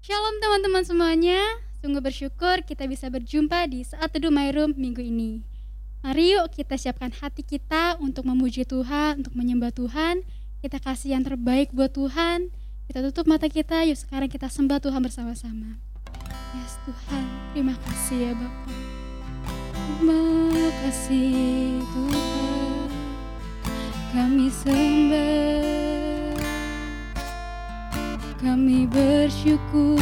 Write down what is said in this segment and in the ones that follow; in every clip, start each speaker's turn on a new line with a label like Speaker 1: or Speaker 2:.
Speaker 1: Shalom teman-teman semuanya, sungguh bersyukur kita bisa berjumpa di Saat Teduh My Room minggu ini. Mari yuk kita siapkan hati kita untuk memuji Tuhan, untuk menyembah Tuhan. Kita kasih yang terbaik buat Tuhan. Kita tutup mata kita, yuk sekarang kita sembah Tuhan bersama-sama. Yes Tuhan, terima kasih ya Bapa. Terima kasih Tuhan, kami sembah, kami bersyukur.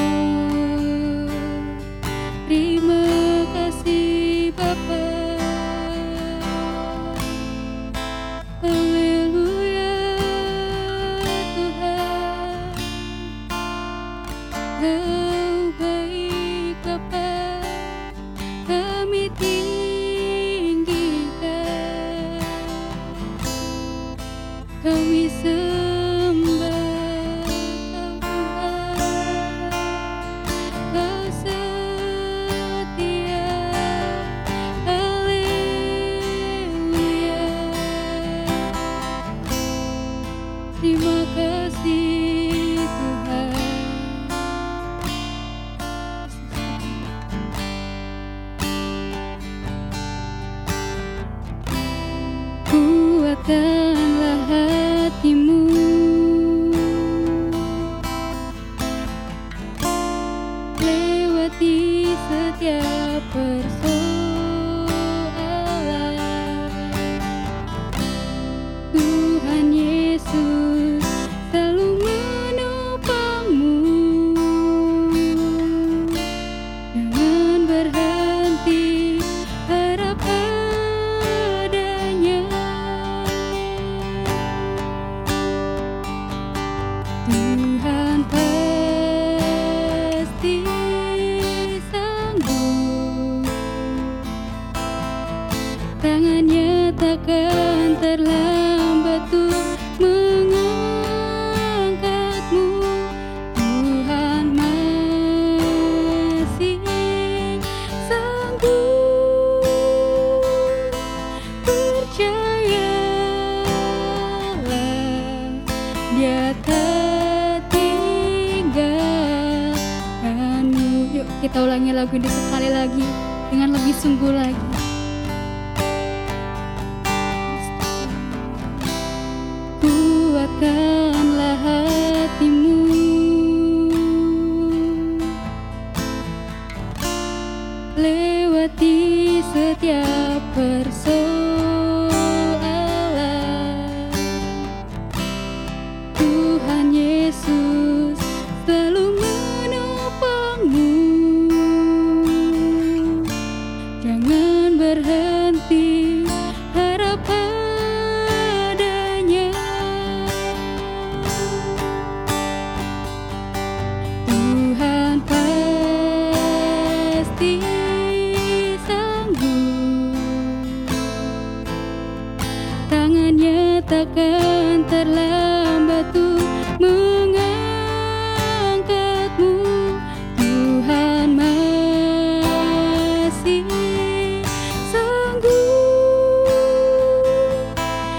Speaker 1: Terima kasih Bapa. Haleluya Tuhan, Kau baik Bapa, kami tinggikan, kami sembah. Terima kasih Tuhan. Kuatkanlah hatimu, lewati setiap persoalan. Tuhan Yesus selalu menopangmu, jangan berhenti harap padanya. Tuhan pasti sanggup, tangannya takkan terlambat untuk mengangkatmu. Tuhan masih sanggup, percayalah, Dia tak tinggalkanmu. Yuk kita ulangi lagu ini sekali lagi dengan lebih sungguh lagi. Kuatkanlah hatimu, lewati setiap persoalan. Tuhan Yesus selalu menopangmu, jangan berhenti harap padanya. Tuhan pasti sanggup, tangannya takkan terlambat untuk mengangkatmu. Tuhan masih sanggup,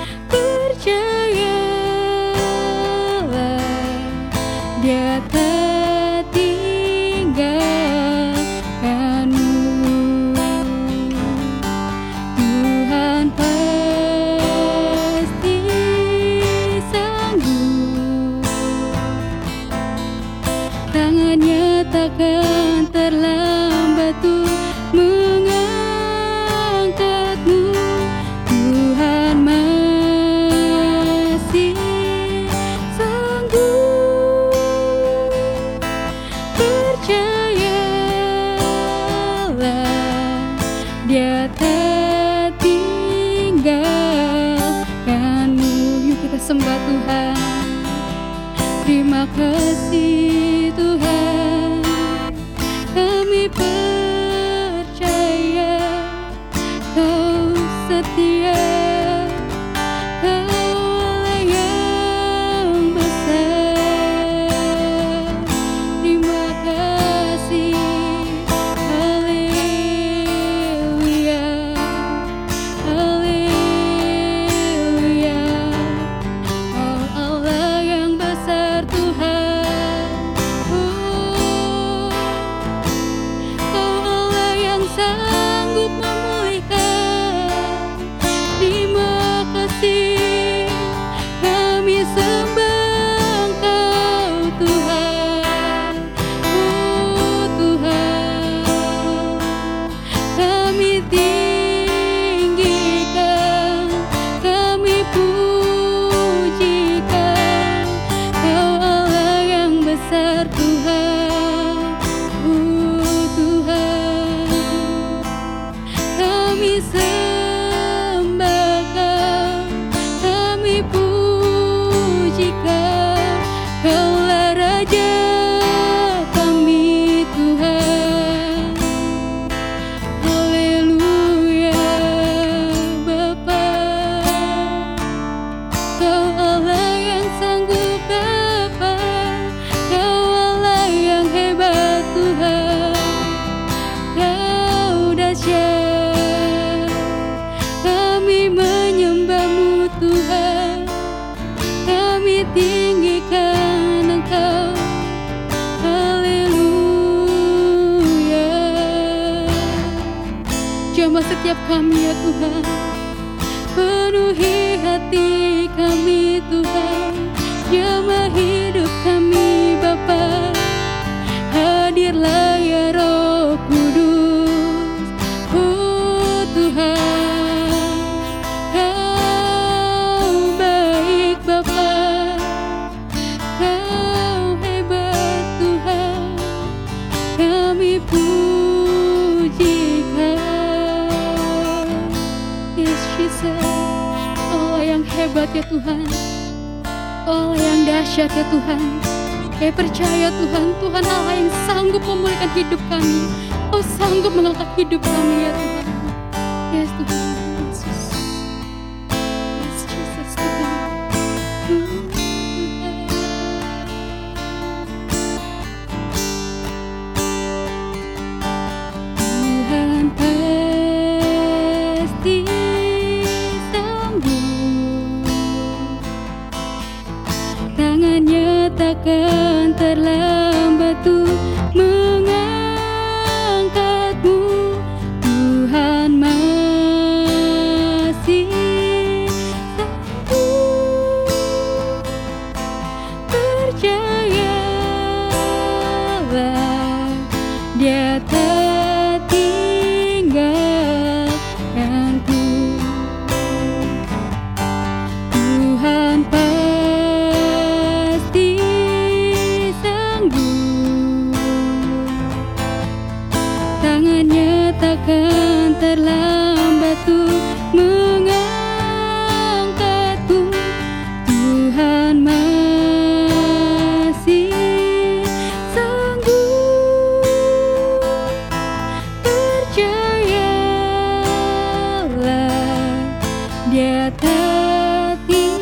Speaker 1: percayalah, Dia tak tinggalkanmu. Tuhan pasti sanggup, tangannya takkan terlambat untuk mengangkatmu. Tuhan masih sanggup, percayalah, Dia tak tinggalkanmu. Yuk kita sembah Tuhan. Terima kasih Tuhan, kami percaya Kau setia, Kau Allah yang besar. Terima kasih, haleluya, haleluya. Oh Allah yang besar Tuhan, jamah setiap kami ya Tuhan. Penuhi hati kami Tuhan, jamah hidup kami Bapa. Hadirlah ya Roh Kudus, oh Tuhan. Kau baik Bapa, Kau hebat Tuhan, kami puji Kau. Yes Jesus, Allah yang hebat ya Tuhan, Allah yang dahsyat ya Tuhan. Kami percaya Tuhan, Tuhan Allah yang sanggup memulihkan hidup kami. Kau sanggup mengangkat hidup kami ya Tuhan. Yes Tuhan Yesus, yes Jesus Tuhan. Tuhan pasti sanggup, tangannya takkan terlambat tuh mengangkatmu. Tuhan masih sanggup, percayalah Dia tak tinggalkanku. Tuhan pasti sanggup, tangannya takkan terlambat tuh mengangkatku. Tuhan masih sanggup, percayalah Dia tak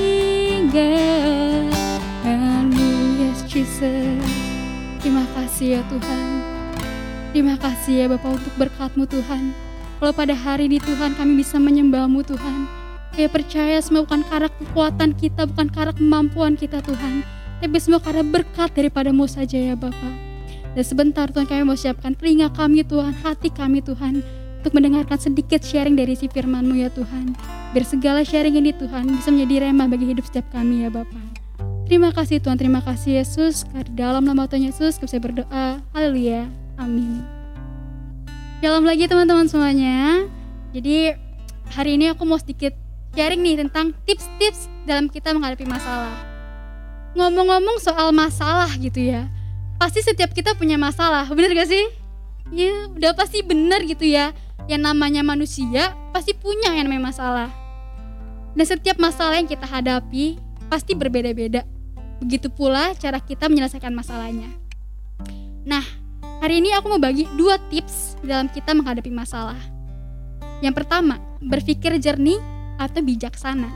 Speaker 1: tinggalkanmu. Yes Jesus, terima kasih ya Tuhan. Terima kasih ya Bapa untuk berkat-Mu Tuhan. Kalau pada hari ini Tuhan kami bisa menyembah-Mu Tuhan, kami percaya semua bukan karena kekuatan kita, bukan karena kemampuan kita Tuhan, tapi semua karena berkat daripada-Mu saja ya Bapa. Dan sebentar Tuhan kami mau siapkan telinga kami Tuhan, hati kami Tuhan, untuk mendengarkan sedikit sharing dari isi firman-Mu ya Tuhan. Biar segala sharing ini Tuhan bisa menjadi rema bagi hidup setiap kami ya Bapa. Terima kasih Tuhan, terima kasih Yesus. Karena dalam nama Tuhan Yesus kami berdoa. Haleluya. Amin. Shalom lagi teman-teman semuanya. Jadi hari ini aku mau sedikit sharing nih tentang tips-tips dalam kita menghadapi masalah. Ngomong-ngomong soal masalah gitu ya, pasti setiap kita punya masalah, bener gak sih? Ya udah pasti bener gitu ya. Yang namanya manusia pasti punya yang namanya masalah. Dan setiap masalah yang kita hadapi pasti berbeda-beda. Begitu pula cara kita menyelesaikan masalahnya. Nah, hari ini aku mau bagi 2 tips dalam kita menghadapi masalah. Yang pertama, berpikir jernih atau bijaksana.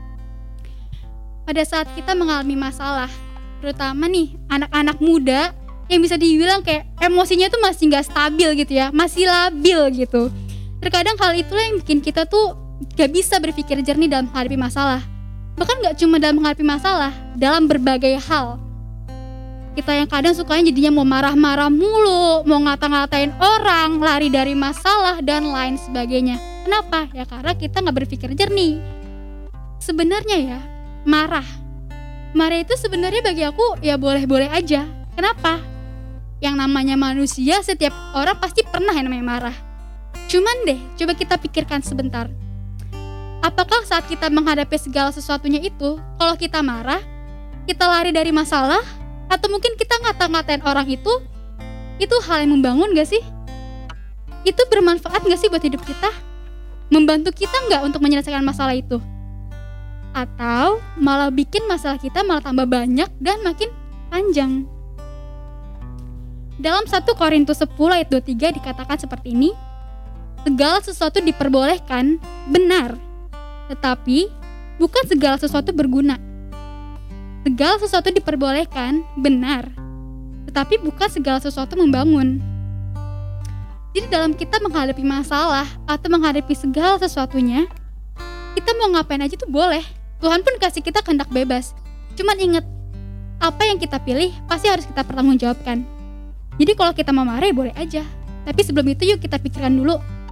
Speaker 1: Pada saat kita mengalami masalah, terutama nih anak-anak muda yang bisa dibilang kayak emosinya tuh masih gak stabil gitu ya, masih labil gitu. Terkadang hal itulah yang bikin kita tuh gak bisa berpikir jernih dalam menghadapi masalah. Bahkan gak cuma dalam menghadapi masalah, dalam berbagai hal. Kita yang kadang sukanya jadinya mau marah-marah mulu, mau ngata-ngatain orang, lari dari masalah, dan lain sebagainya. Kenapa? Ya karena kita gak berpikir jernih. Sebenarnya ya, marah itu sebenarnya bagi aku ya boleh-boleh aja. Kenapa? Yang namanya manusia, setiap orang pasti pernah yang namanya marah. Cuman deh, coba kita pikirkan sebentar. Apakah saat kita menghadapi segala sesuatunya itu, kalau kita marah, kita lari dari masalah, atau mungkin kita ngata-ngatain orang itu hal yang membangun gak sih? Itu bermanfaat gak sih buat hidup kita? Membantu kita gak untuk menyelesaikan masalah itu? Atau malah bikin masalah kita malah tambah banyak dan makin panjang? Dalam 1 Korintus 10 ayat 23 dikatakan seperti ini, segala sesuatu diperbolehkan, benar, tetapi bukan segala sesuatu berguna. Segala sesuatu diperbolehkan, benar, tetapi bukan segala sesuatu membangun. Jadi dalam kita menghadapi masalah atau menghadapi segala sesuatunya, kita mau ngapain aja tuh boleh. Tuhan pun kasih kita kehendak bebas. Cuman ingat, apa yang kita pilih pasti harus kita pertanggungjawabkan. Jadi kalau kita mau marah ya boleh aja, tapi sebelum itu yuk kita pikirkan dulu,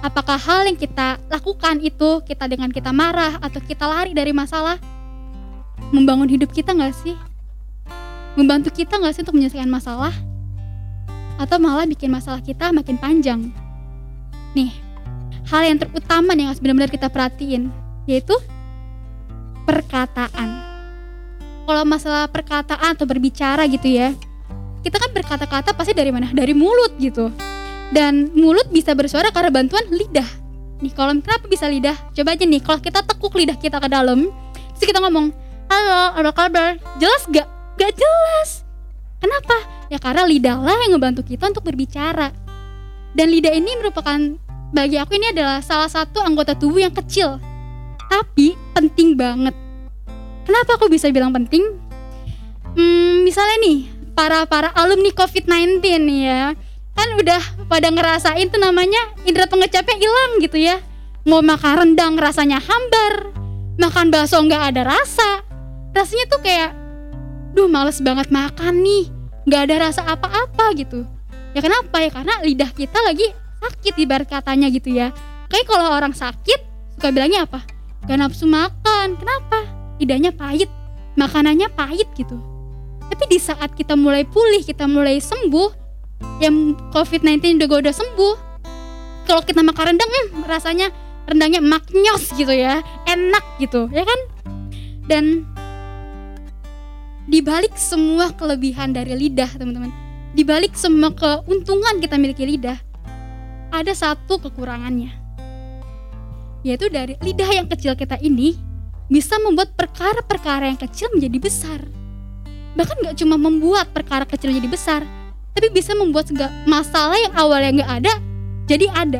Speaker 1: Apakah hal yang kita lakukan itu dengan kita marah atau kita lari dari masalah membangun hidup kita gak sih? Membantu kita gak sih untuk menyelesaikan masalah? Atau malah bikin masalah kita makin panjang? Nih, hal yang terutama nih yang harus benar-benar kita perhatiin, yaitu perkataan. Kalau masalah perkataan atau berbicara gitu ya, kita kan berkata-kata pasti dari mana? Dari mulut gitu. Dan mulut bisa bersuara karena bantuan lidah. Nih, kalau kenapa bisa lidah? Coba aja nih, kalau kita tekuk lidah kita ke dalam, terus kita ngomong, halo, apa kabar? Jelas gak? Gak jelas. Kenapa? Ya karena lidah lah yang ngebantu kita untuk berbicara. Dan lidah ini merupakan, bagi aku ini adalah salah satu anggota tubuh yang kecil, tapi penting banget. Kenapa aku bisa bilang penting? Misalnya nih, para alumni COVID-19 nih ya, kan udah pada ngerasain tuh namanya indera pengecapnya hilang gitu ya. Mau makan rendang rasanya hambar, makan bakso nggak ada rasa. Rasanya tuh kayak, males banget makan nih, nggak ada rasa apa-apa gitu. Ya kenapa? Ya karena lidah kita lagi sakit ibarat katanya gitu ya. Kayak kalau orang sakit suka bilangnya apa? Gak nafsu makan. Kenapa? Lidahnya pahit, makanannya pahit gitu. Tapi di saat kita mulai pulih, kita mulai sembuh, yang COVID-19 udah sembuh, kalau kita makan rendang, rasanya rendangnya maknyos gitu ya, enak gitu, ya kan? Dan dibalik semua kelebihan dari lidah, teman-teman, dibalik semua keuntungan kita miliki lidah, ada satu kekurangannya, yaitu dari lidah yang kecil kita ini bisa membuat perkara-perkara yang kecil menjadi besar. Bahkan gak cuma membuat perkara kecil menjadi besar, tapi bisa membuat masalah yang awalnya gak ada jadi ada.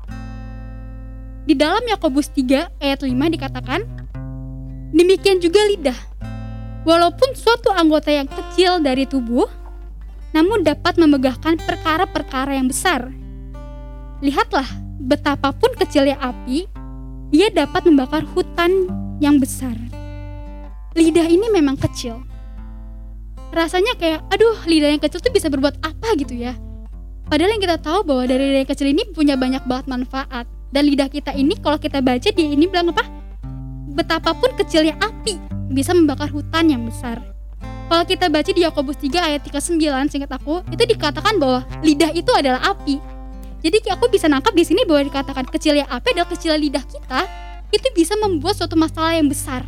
Speaker 1: Di dalam Yakobus 3 ayat 5 dikatakan, demikian juga lidah, walaupun suatu anggota yang kecil dari tubuh, namun dapat memegahkan perkara-perkara yang besar. Lihatlah, betapapun kecilnya api, ia dapat membakar hutan yang besar. Lidah ini memang kecil. Rasanya kayak, lidah yang kecil tuh bisa berbuat apa gitu ya. Padahal yang kita tahu bahwa dari lidah yang kecil ini punya banyak banget manfaat. Dan lidah kita ini, kalau kita baca, dia ini bilang apa? Betapapun kecilnya api, bisa membakar hutan yang besar. Kalau kita baca di Yakobus 3 ayat 39, seingat aku, itu dikatakan bahwa lidah itu adalah api. Jadi aku bisa nangkap di sini bahwa dikatakan kecilnya api adalah kecilnya lidah kita, itu bisa membuat suatu masalah yang besar.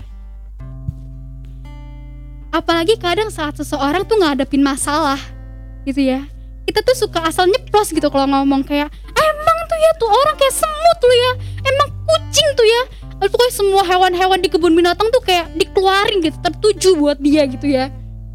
Speaker 1: Apalagi kadang saat seseorang tuh ngadepin masalah gitu ya, kita tuh suka asal nyeplos gitu kalau ngomong kayak, emang tuh ya tuh orang kayak semut tuh ya, emang kucing tuh ya, pokoknya semua hewan-hewan di kebun binatang tuh kayak dikeluarin gitu, tertuju buat dia gitu ya.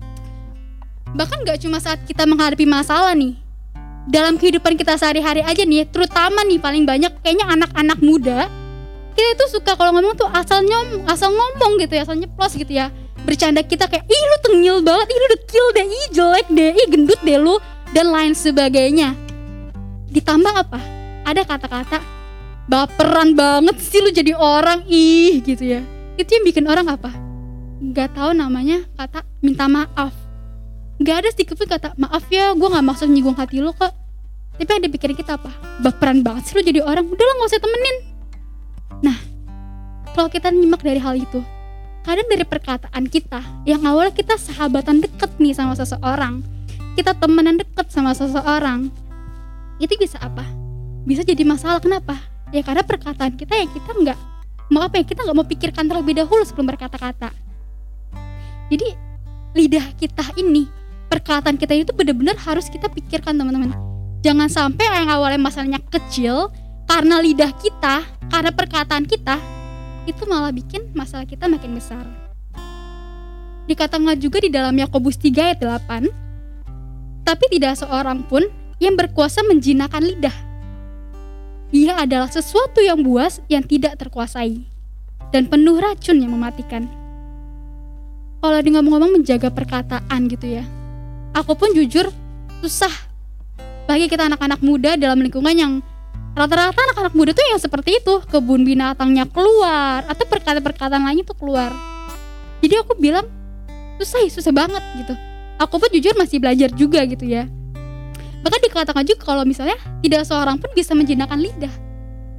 Speaker 1: Bahkan gak cuma saat kita menghadapi masalah nih, dalam kehidupan kita sehari-hari aja nih, terutama nih paling banyak kayaknya anak-anak muda, kita tuh suka kalau ngomong tuh asal ngomong gitu ya, asal nyeplos gitu ya. Bercanda kita kayak, ih lu tengil banget, ih lu dekil deh, ih jelek deh, ih gendut deh lu, dan lain sebagainya. Ditambah apa? Ada kata-kata, baperan banget sih lu jadi orang, ih gitu ya. Itu yang bikin orang apa? Gak tahu namanya kata minta maaf. Gak ada sedikit pun kata, maaf ya gue gak maksud nyinggung hati lu kok. Tapi yang dipikirin kita apa? Baperan banget sih lu jadi orang, udah lah gak usah temenin. Nah, kalau kita nyimak dari hal itu, kadang dari perkataan kita, yang awalnya kita sahabatan deket nih sama seseorang, kita temenan deket sama seseorang, itu bisa apa? Bisa jadi masalah. Kenapa? Ya karena perkataan kita yang kita nggak mau pikirkan terlebih dahulu sebelum berkata-kata. Jadi lidah kita ini, perkataan kita itu benar-benar harus kita pikirkan, teman-teman. Jangan sampai yang awalnya masalahnya kecil, karena lidah kita, karena perkataan kita, itu malah bikin masalah kita makin besar. Dikatakan juga di dalam Yakobus 3 ayat 8, tapi tidak seorang pun yang berkuasa menjinakkan lidah. Ia adalah sesuatu yang buas yang tidak terkuasai dan penuh racun yang mematikan. Kalau di ngomong-ngomong menjaga perkataan gitu ya, aku pun jujur susah. Bagi kita anak-anak muda dalam lingkungan yang rata-rata anak-anak muda tuh yang seperti itu, kebun binatangnya keluar atau perkataan-perkataan lainnya tuh keluar. Jadi aku bilang susah banget gitu. Aku pun jujur masih belajar juga gitu ya. Bahkan dikatakan juga kalau misalnya tidak seorang pun bisa menjinakkan lidah.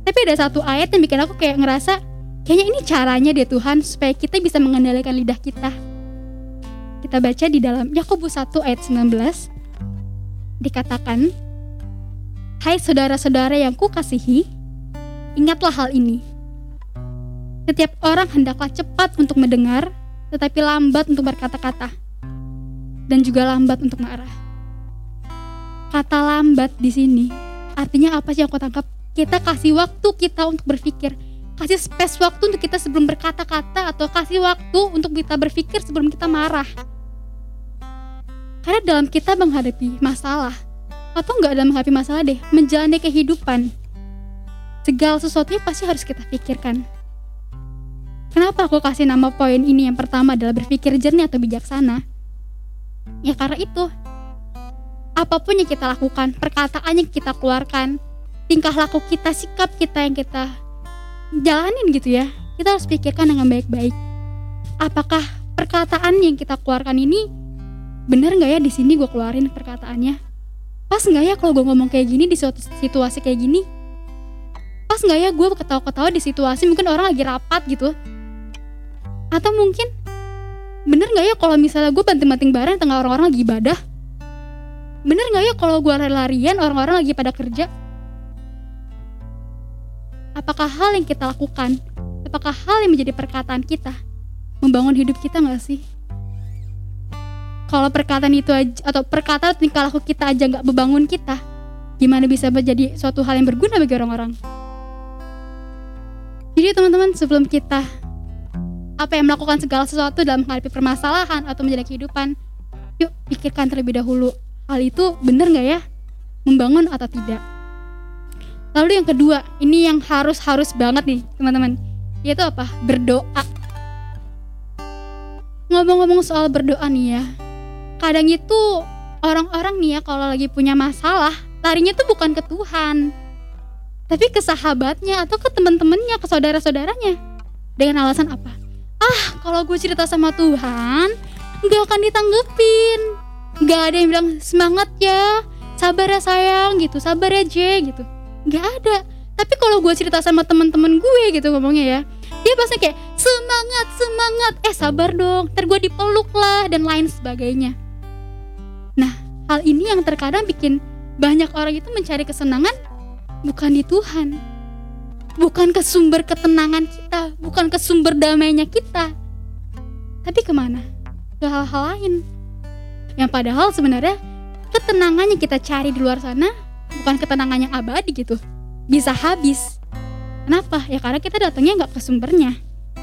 Speaker 1: Tapi ada satu ayat yang bikin aku kayak ngerasa, kayaknya ini caranya deh Tuhan supaya kita bisa mengendalikan lidah kita. Kita baca di dalam Yakobus 1 ayat 19. Dikatakan, "Hai saudara-saudara yang kukasihi, ingatlah hal ini. Setiap orang hendaklah cepat untuk mendengar, tetapi lambat untuk berkata-kata, dan juga lambat untuk marah." Kata lambat di sini artinya apa sih yang aku tangkap? Kita kasih waktu kita untuk berpikir, kasih space waktu untuk kita sebelum berkata-kata, atau kasih waktu untuk kita berpikir sebelum kita marah. Karena dalam kita menghadapi masalah, atau enggak dalam menghadapi masalah deh, menjalani kehidupan, segala sesuatunya pasti harus kita pikirkan. Kenapa aku kasih nama poin ini yang pertama adalah berpikir jernih atau bijaksana? Ya karena itu, apapun yang kita lakukan, perkataan yang kita keluarkan, tingkah laku kita, sikap kita yang kita jalanin gitu ya, kita harus pikirkan dengan baik-baik. Apakah perkataan yang kita keluarkan ini benar nggak ya di sini gue keluarin perkataannya? Pas nggak ya kalau gue ngomong kayak gini di suatu situasi kayak gini? Pas nggak ya gue ketawa-ketawa di situasi mungkin orang lagi rapat gitu? Atau mungkin bener nggak ya kalau misalnya gue banting-banting barang tengah orang-orang lagi ibadah? Bener nggak ya kalau gue lari-larian orang-orang lagi pada kerja? Apakah hal yang kita lakukan, apakah hal yang menjadi perkataan kita membangun hidup kita nggak sih? Kalau perkataan itu aja, atau perkataan tingkah laku kita aja nggak membangun kita, gimana bisa menjadi suatu hal yang berguna bagi orang-orang? Jadi teman-teman, sebelum kita melakukan segala sesuatu dalam menghadapi permasalahan atau menjalani kehidupan, yuk pikirkan terlebih dahulu, hal itu benar nggak ya, membangun atau tidak. Lalu yang kedua, ini yang harus banget nih teman-teman, yaitu apa? Berdoa. Ngomong-ngomong soal berdoa nih ya, kadang itu orang-orang nih ya kalau lagi punya masalah, larinya tuh bukan ke Tuhan, tapi ke sahabatnya atau ke teman-temannya, ke saudara-saudaranya. Dengan alasan apa? Kalau gue cerita sama Tuhan gak akan ditanggepin, gak ada yang bilang semangat ya, sabar ya sayang gitu, sabar ya J gitu, gak ada. Tapi kalau gue cerita sama teman-teman gue gitu ngomongnya ya, dia pasti kayak semangat, sabar dong, ntar gue dipeluk lah dan lain sebagainya. Nah, hal ini yang terkadang bikin banyak orang itu mencari kesenangan bukan di Tuhan, bukan ke sumber ketenangan kita, bukan ke sumber damainya kita, tapi kemana? Ke hal-hal lain. Yang padahal sebenarnya ketenangan yang kita cari di luar sana bukan ketenangan yang abadi gitu, bisa habis. Kenapa? Ya karena kita datangnya nggak ke sumbernya.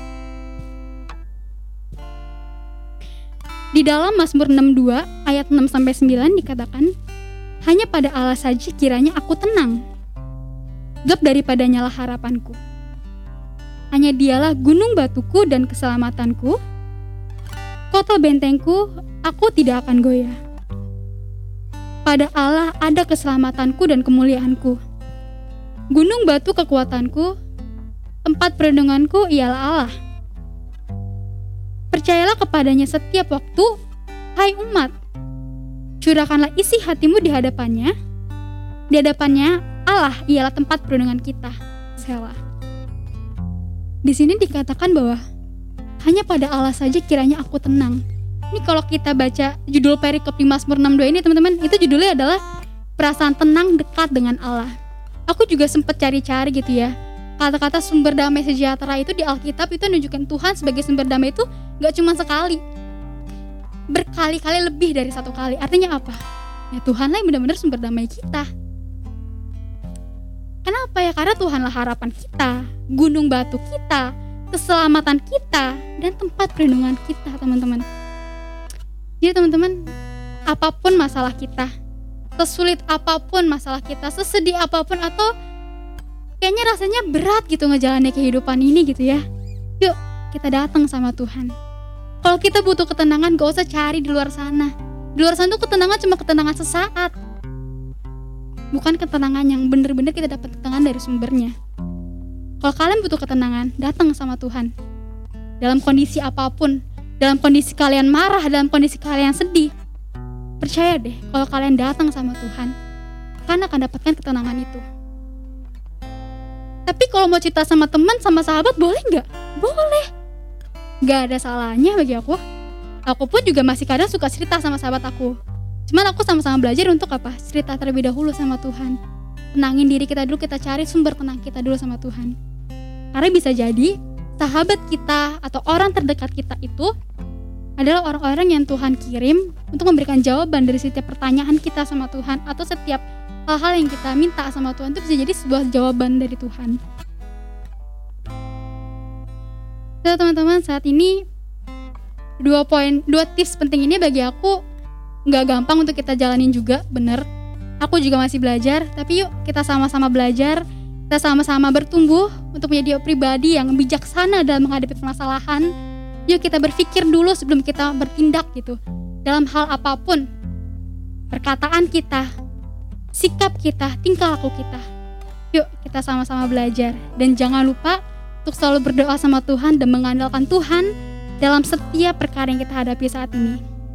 Speaker 1: Di dalam Mazmur 62 ayat 6-9 dikatakan, "Hanya pada Allah saja kiranya aku tenang, gelap daripadanya lah harapanku. Hanya dialah gunung batuku dan keselamatanku, kota bentengku, aku tidak akan goyah. Pada Allah ada keselamatanku dan kemuliaanku. Gunung batu kekuatanku, tempat perlindunganku ialah Allah. Percayalah kepadanya setiap waktu, hai umat. Curahkanlah isi hatimu di hadapannya. Di hadapannya Allah ialah tempat perlindungan kita." Selah. Di sini dikatakan bahwa hanya pada Allah saja kiranya aku tenang. Ini kalau kita baca judul perikop di Mazmur 62 ini teman-teman, itu judulnya adalah perasaan tenang dekat dengan Allah. Aku juga sempat cari-cari gitu ya, kata-kata sumber damai sejahtera itu di Alkitab itu menunjukkan Tuhan sebagai sumber damai itu gak cuma sekali, berkali-kali, lebih dari satu kali. Artinya apa? Ya Tuhanlah yang benar-benar sumber damai kita. Kenapa ya? Karena Tuhanlah harapan kita, gunung batu kita, keselamatan kita, dan tempat perlindungan kita teman-teman. Jadi teman-teman, apapun masalah kita, sesulit apapun masalah kita, sesedih apapun, atau kayaknya rasanya berat gitu ngejalanin kehidupan ini gitu ya, yuk kita datang sama Tuhan. Kalau kita butuh ketenangan, gak usah cari di luar sana. Di luar sana tuh ketenangan cuma ketenangan sesaat, bukan ketenangan yang benar-benar kita dapat ketenangan dari sumbernya. Kalau kalian butuh ketenangan, datang sama Tuhan. Dalam kondisi apapun, dalam kondisi kalian marah, dalam kondisi kalian sedih, percaya deh kalau kalian datang sama Tuhan, kalian akan dapatkan ketenangan itu. Tapi kalau mau cerita sama teman, sama sahabat, boleh nggak? Boleh. Nggak ada salahnya bagi aku. Aku pun juga masih kadang suka cerita sama sahabat aku. Cuman aku sama-sama belajar untuk apa? Cerita terlebih dahulu sama Tuhan. Tenangin diri kita dulu, kita cari sumber tenang kita dulu sama Tuhan. Karena bisa jadi sahabat kita atau orang terdekat kita itu adalah orang-orang yang Tuhan kirim untuk memberikan jawaban dari setiap pertanyaan kita sama Tuhan, atau setiap hal-hal yang kita minta sama Tuhan itu bisa jadi sebuah jawaban dari Tuhan. So, teman-teman, saat ini dua tips penting ini bagi aku nggak gampang untuk kita jalanin juga, bener. Aku juga masih belajar, tapi yuk kita sama-sama belajar, kita sama-sama bertumbuh untuk menjadi pribadi yang bijaksana dalam menghadapi permasalahan. Yuk kita berpikir dulu sebelum kita bertindak gitu. Dalam hal apapun, perkataan kita, sikap kita, tingkah laku kita. Yuk kita sama-sama belajar. Dan jangan lupa untuk selalu berdoa sama Tuhan dan mengandalkan Tuhan dalam setiap perkara yang kita hadapi saat ini.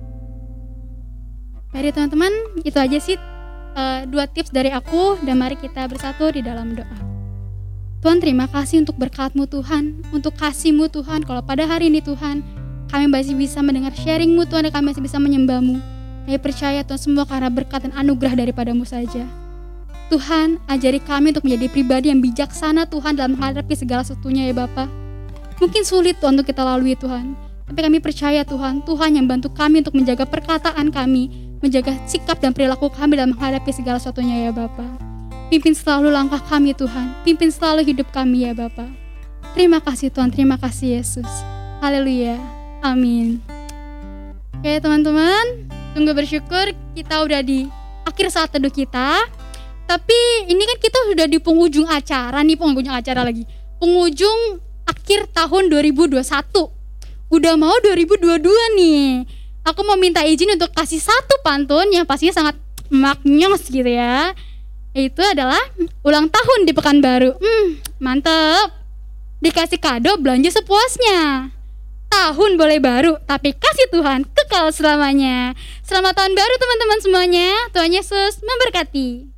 Speaker 1: Mari teman-teman, itu aja sih 2 tips dari aku, dan mari kita bersatu di dalam doa. Tuhan, terima kasih untuk berkat-Mu Tuhan, untuk kasih-Mu Tuhan. Kalau pada hari ini Tuhan, kami masih bisa mendengar sharing-Mu Tuhan, dan kami masih bisa menyembah-Mu. Kami percaya Tuhan semua karena berkat dan anugerah daripada-Mu saja. Tuhan, ajari kami untuk menjadi pribadi yang bijaksana Tuhan dalam menghadapi segala sesuatunya ya Bapa. Mungkin sulit Tuhan untuk kita lalui Tuhan, tapi kami percaya Tuhan, Tuhan yang bantu kami untuk menjaga perkataan kami, menjaga sikap dan perilaku kami dalam menghadapi segala sesuatunya ya Bapa. Pimpin selalu langkah kami Tuhan, pimpin selalu hidup kami ya Bapa. Terima kasih Tuhan, terima kasih Yesus. Haleluya, amin. Oke teman-teman, sungguh bersyukur kita udah di akhir saat teduh kita. Tapi ini kan kita sudah di penghujung acara nih, penghujung akhir tahun 2021. Udah mau 2022 nih. Aku mau minta izin untuk kasih satu pantun yang pastinya sangat maknyos gitu ya. Itu adalah ulang tahun di Pekanbaru. Mantep. Dikasih kado belanja sepuasnya. Tahun boleh baru, tapi kasih Tuhan kekal selamanya. Selamat tahun baru teman-teman semuanya. Tuhan Yesus memberkati.